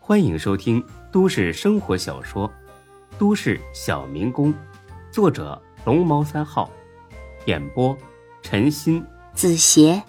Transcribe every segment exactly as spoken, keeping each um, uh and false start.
欢迎收听都市生活小说《都市小民工》，作者龙猫三号，演播陈鑫、 子邪，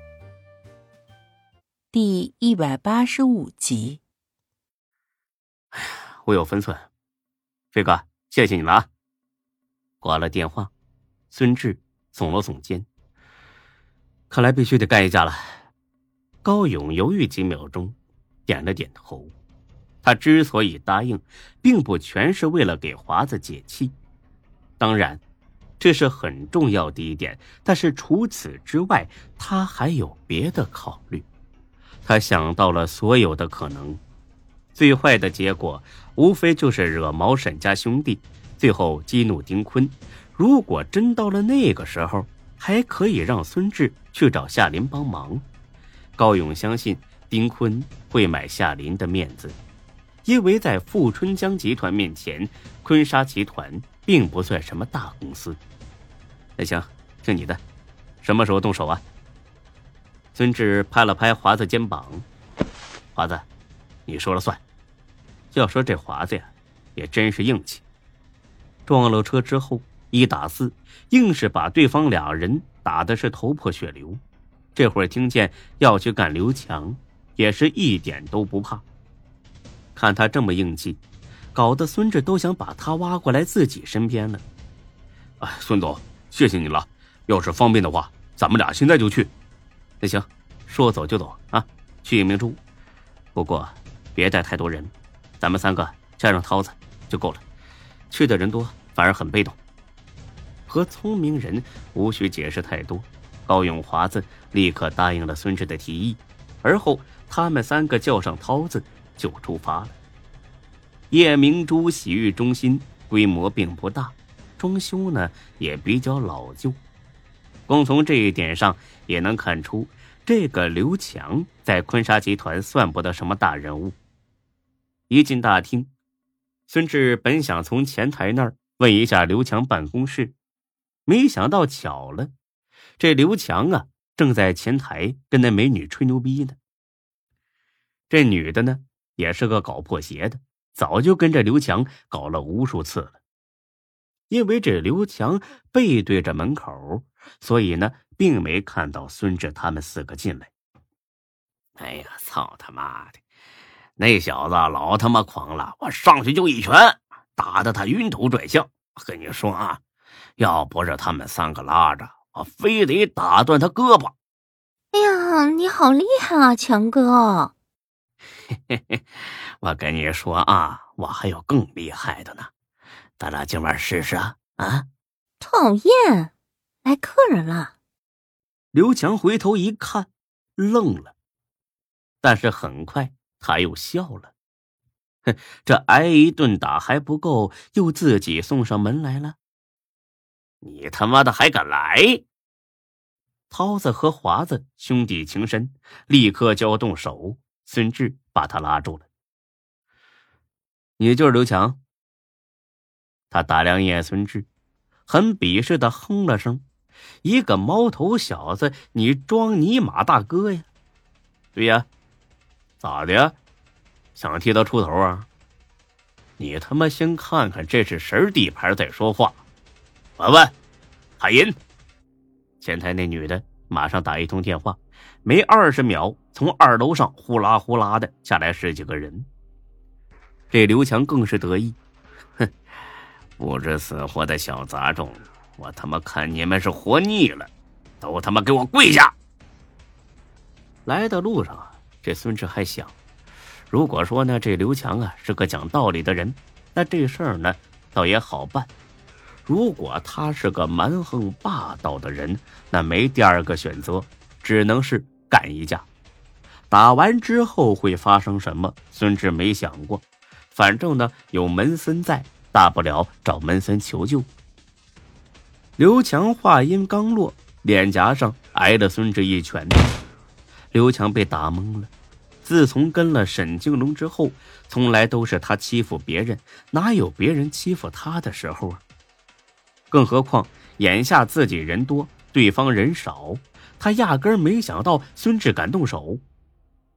第一百八十五集。 哎呀，我有分寸，飞哥，谢谢你了啊！挂了电话，孙志耸了耸肩，看来必须得干一架了。高勇犹豫几秒钟，点了点头。他之所以答应，并不全是为了给华子解气，当然这是很重要的一点，但是除此之外，他还有别的考虑。他想到了所有的可能，最坏的结果无非就是惹毛沈家兄弟，最后激怒丁坤。如果真到了那个时候，还可以让孙志去找夏林帮忙。高勇相信丁坤会买夏林的面子，因为在富春江集团面前，坤沙集团并不算什么大公司。那行，听你的，什么时候动手啊？孙志拍了拍华子肩膀，华子，你说了算。要说这华子呀，也真是硬气。撞了车之后，一打四，硬是把对方俩人打的是头破血流。这会儿听见要去干刘强，也是一点都不怕。看他这么硬气，搞得孙志都想把他挖过来自己身边了。哎，孙总，谢谢你了。要是方便的话，咱们俩现在就去。那行，说走就走啊，去一明珠。不过别带太多人，咱们三个加上涛子就够了。去的人多反而很被动。和聪明人无需解释太多，高永华子立刻答应了孙志的提议，而后他们三个叫上涛子就出发了。夜明珠洗浴中心规模并不大，装修呢也比较老旧，光从这一点上也能看出，这个刘强在坤沙集团算不得什么大人物。一进大厅，孙志本想从前台那儿问一下刘强办公室，没想到巧了，这刘强啊正在前台跟那美女吹牛逼呢。这女的呢也是个搞破鞋的，早就跟着刘强搞了无数次了。因为这刘强背对着门口，所以呢并没看到孙志他们四个进来。哎呀，操他妈的，那小子老他妈狂了，我上去就一拳打得他晕头转向。跟你说啊，要不是他们三个拉着，我非得打断他胳膊。 哎呀，你好厉害啊，强哥。 嘿嘿嘿，我跟你说啊，我还有更厉害的呢，咱俩今晚试试啊！啊！ 讨厌，来客人了。 刘强回头一看，愣了，但是很快他又笑了。哼，这挨一顿打还不够，又自己送上门来了。你他妈的还敢来！涛子和华子兄弟情深，立刻就要动手。孙志把他拉住了。你就是刘强？他打量一眼孙志，很鄙视的哼了声，一个毛头小子，你装尼玛大哥呀？对呀，咋的呀？想替他出头啊？你他妈先看看这是谁地盘再说话。文文，海银。前台那女的马上打一通电话，没二十秒，从二楼上呼啦呼啦的下来十几个人。这刘强更是得意，哼，不知死活的小杂种，我他妈看你们是活腻了，都他妈给我跪下！来的路上啊，这孙志还想，如果说呢这刘强啊是个讲道理的人，那这事儿呢倒也好办。如果他是个蛮横霸道的人，那没第二个选择，只能是干一架。打完之后会发生什么，孙志没想过，反正呢有门森在，大不了找门森求救。刘强话音刚落，脸颊上挨了孙志一拳。刘强被打懵了，自从跟了沈京龙之后，从来都是他欺负别人，哪有别人欺负他的时候啊？更何况眼下自己人多，对方人少，他压根儿没想到孙志敢动手。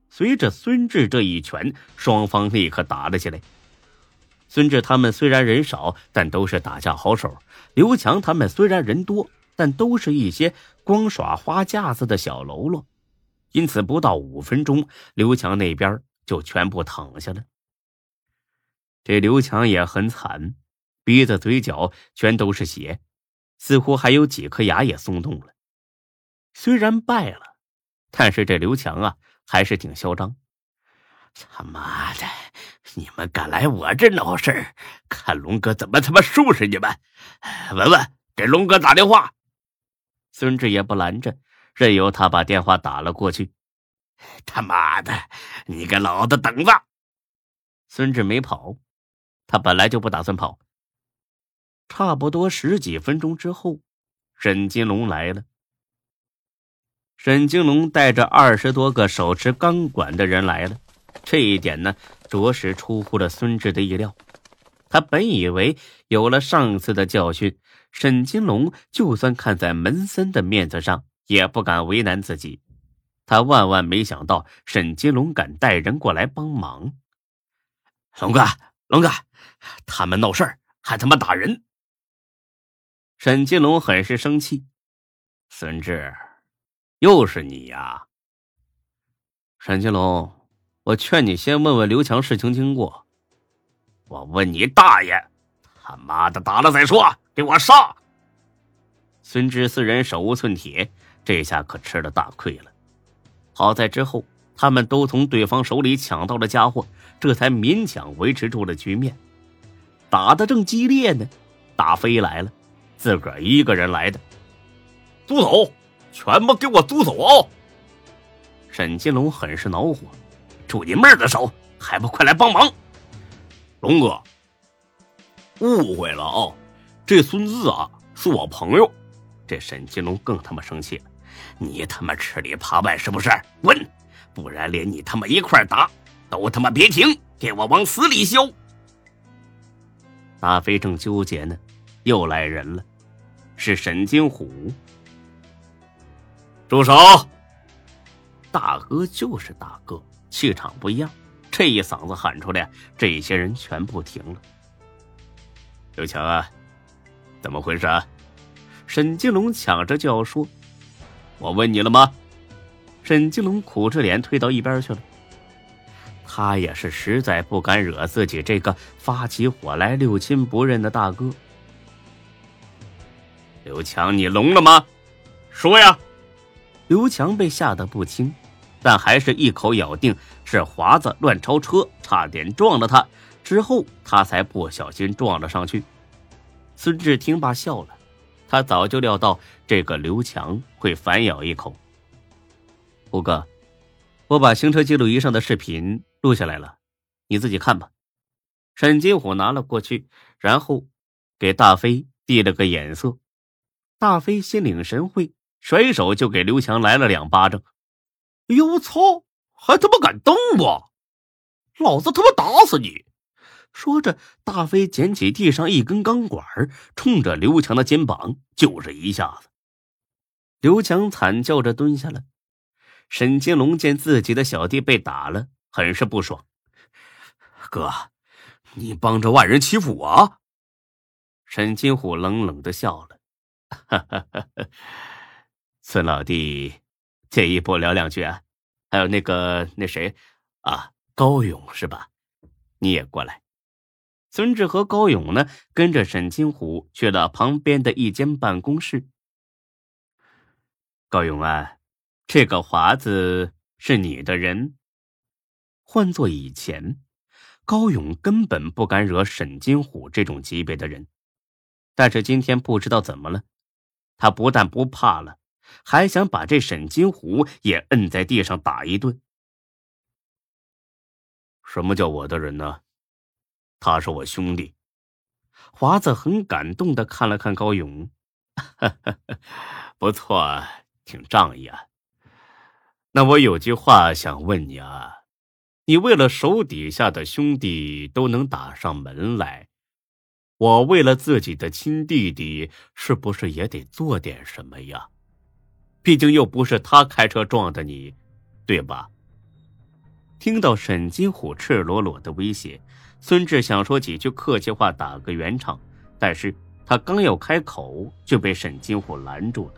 随着孙志这一拳，双方立刻打了起来。孙志他们虽然人少，但都是打架好手。刘强他们虽然人多，但都是一些光耍花架子的小喽啰，因此不到五分钟，刘强那边就全部躺下了。这刘强也很惨，鼻子嘴角全都是血，似乎还有几颗牙也松动了。虽然败了，但是这刘强啊还是挺嚣张。他妈的，你们敢来我这闹事儿，看龙哥怎么他妈收拾你们！文文，给龙哥打电话。孙志也不拦着，任由他把电话打了过去。他妈的，你给老子等着！孙志没跑，他本来就不打算跑。差不多十几分钟之后，沈金龙来了。沈金龙带着二十多个手持钢管的人来了，这一点呢，着实出乎了孙志的意料。他本以为有了上次的教训，沈金龙就算看在门森的面子上，也不敢为难自己。他万万没想到沈金龙敢带人过来帮忙。龙哥，龙哥，他们闹事儿，还他妈打人！沈金龙很是生气。孙志，又是你呀！沈金龙，我劝你先问问刘强事情经过。我问你大爷！他妈的，打了再说，给我杀！孙志四人手无寸铁，这下可吃了大亏了。好在之后他们都从对方手里抢到了家伙，这才勉强维持住了局面。打得正激烈呢，大飞来了，自个儿一个人来的。住手！全部给我住手啊！沈金龙很是恼火，住你妹儿的手，还不快来帮忙！龙哥，误会了啊，这孙子啊是我朋友。这沈金龙更他妈生气了，你他妈吃里扒外是不是？问，不然连你他妈一块打，都他妈别停，给我往死里削！大飞正纠结呢，又来人了，是沈金虎。住手！大哥就是大哥，气场不一样，这一嗓子喊出来，这些人全部停了。刘强啊，怎么回事啊？沈金龙抢着就要说。我问你了吗？沈金龙苦着脸退到一边去了。他也是实在不敢惹自己这个发起火来六亲不认的大哥。刘强，你聋了吗？说呀！刘强被吓得不轻，但还是一口咬定是华子乱超车，差点撞了他，之后他才不小心撞了上去。孙志听罢笑了，他早就料到这个刘强会反咬一口。虎哥，我把行车记录仪上的视频录下来了，你自己看吧。沈金虎拿了过去，然后给大飞递了个眼色。大飞心领神会，甩手就给刘强来了两巴掌。哎呦我操，还他妈敢动我，老子他妈打死你！说着，大飞捡起地上一根钢管，冲着刘强的肩膀就是一下子。刘强惨叫着蹲下了。沈金龙见自己的小弟被打了，很是不爽。哥，你帮着外人欺负我？沈金虎冷冷地笑了。哈哈哈哈，孙老弟，介意不聊两句啊？还有那个那谁啊，高勇是吧？你也过来。孙志和高勇呢，跟着沈金虎去了旁边的一间办公室。高勇啊，这个华子是你的人。换做以前，高勇根本不敢惹沈金虎这种级别的人，但是今天不知道怎么了，他不但不怕了，还想把这沈金虎也摁在地上打一顿。什么叫我的人呢？他是我兄弟。华子很感动地看了看高勇，不错，挺仗义啊。那我有句话想问你啊，你为了手底下的兄弟都能打上门来，我为了自己的亲弟弟是不是也得做点什么呀？毕竟又不是他开车撞的你，对吧？ 听到沈金虎赤裸裸的威胁，孙志想说几句客气话打个圆场，但是他刚要开口就被沈金虎拦住了。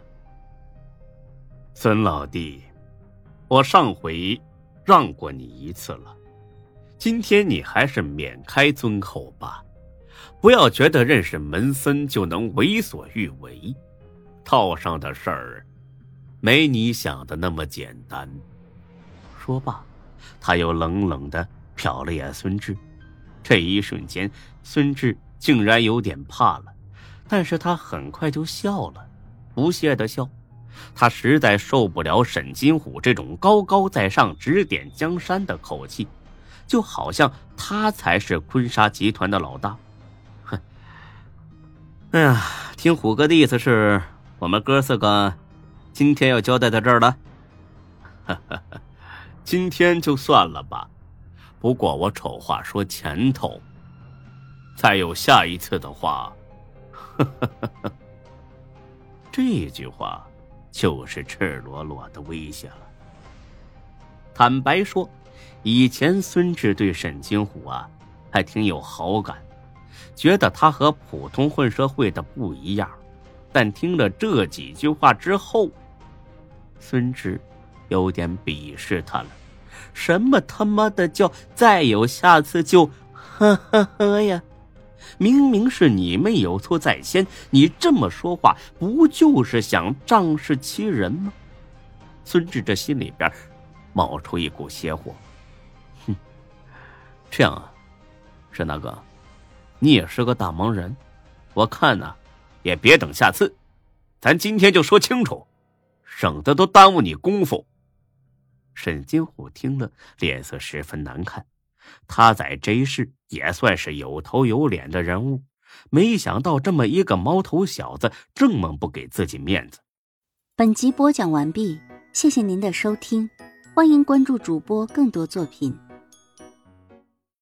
孙老弟，我上回让过你一次了，今天你还是免开尊口吧，不要觉得认识门森就能为所欲为，套上的事儿没你想的那么简单。说罢，他又冷冷地瞟了眼孙志。这一瞬间，孙志竟然有点怕了，但是他很快就笑了，不屑地笑。他实在受不了沈金虎这种高高在上指点江山的口气，就好像他才是坤沙集团的老大。哼，哎呀，听虎哥的意思是我们哥四个今天要交代在这儿了。今天就算了吧，不过我丑话说前头，再有下一次的话，这句话就是赤裸裸的威胁了。坦白说，以前孙志对沈金虎啊还挺有好感，觉得他和普通混社会的不一样，但听了这几句话之后，孙志有点鄙视他了。什么他妈的叫再有下次就呵呵呵呀？明明是你们有错在先，你这么说话不就是想仗势欺人吗？孙志这心里边冒出一股邪火。哼，这样啊，沈大哥，你也是个大忙人，我看呢、啊、也别等下次，咱今天就说清楚，省得都耽误你功夫。沈金虎听了脸色十分难看，他在这市也算是有头有脸的人物，没想到这么一个毛头小子这么不给自己面子。 本集播讲完毕，谢谢您的收听，欢迎关注主播更多作品。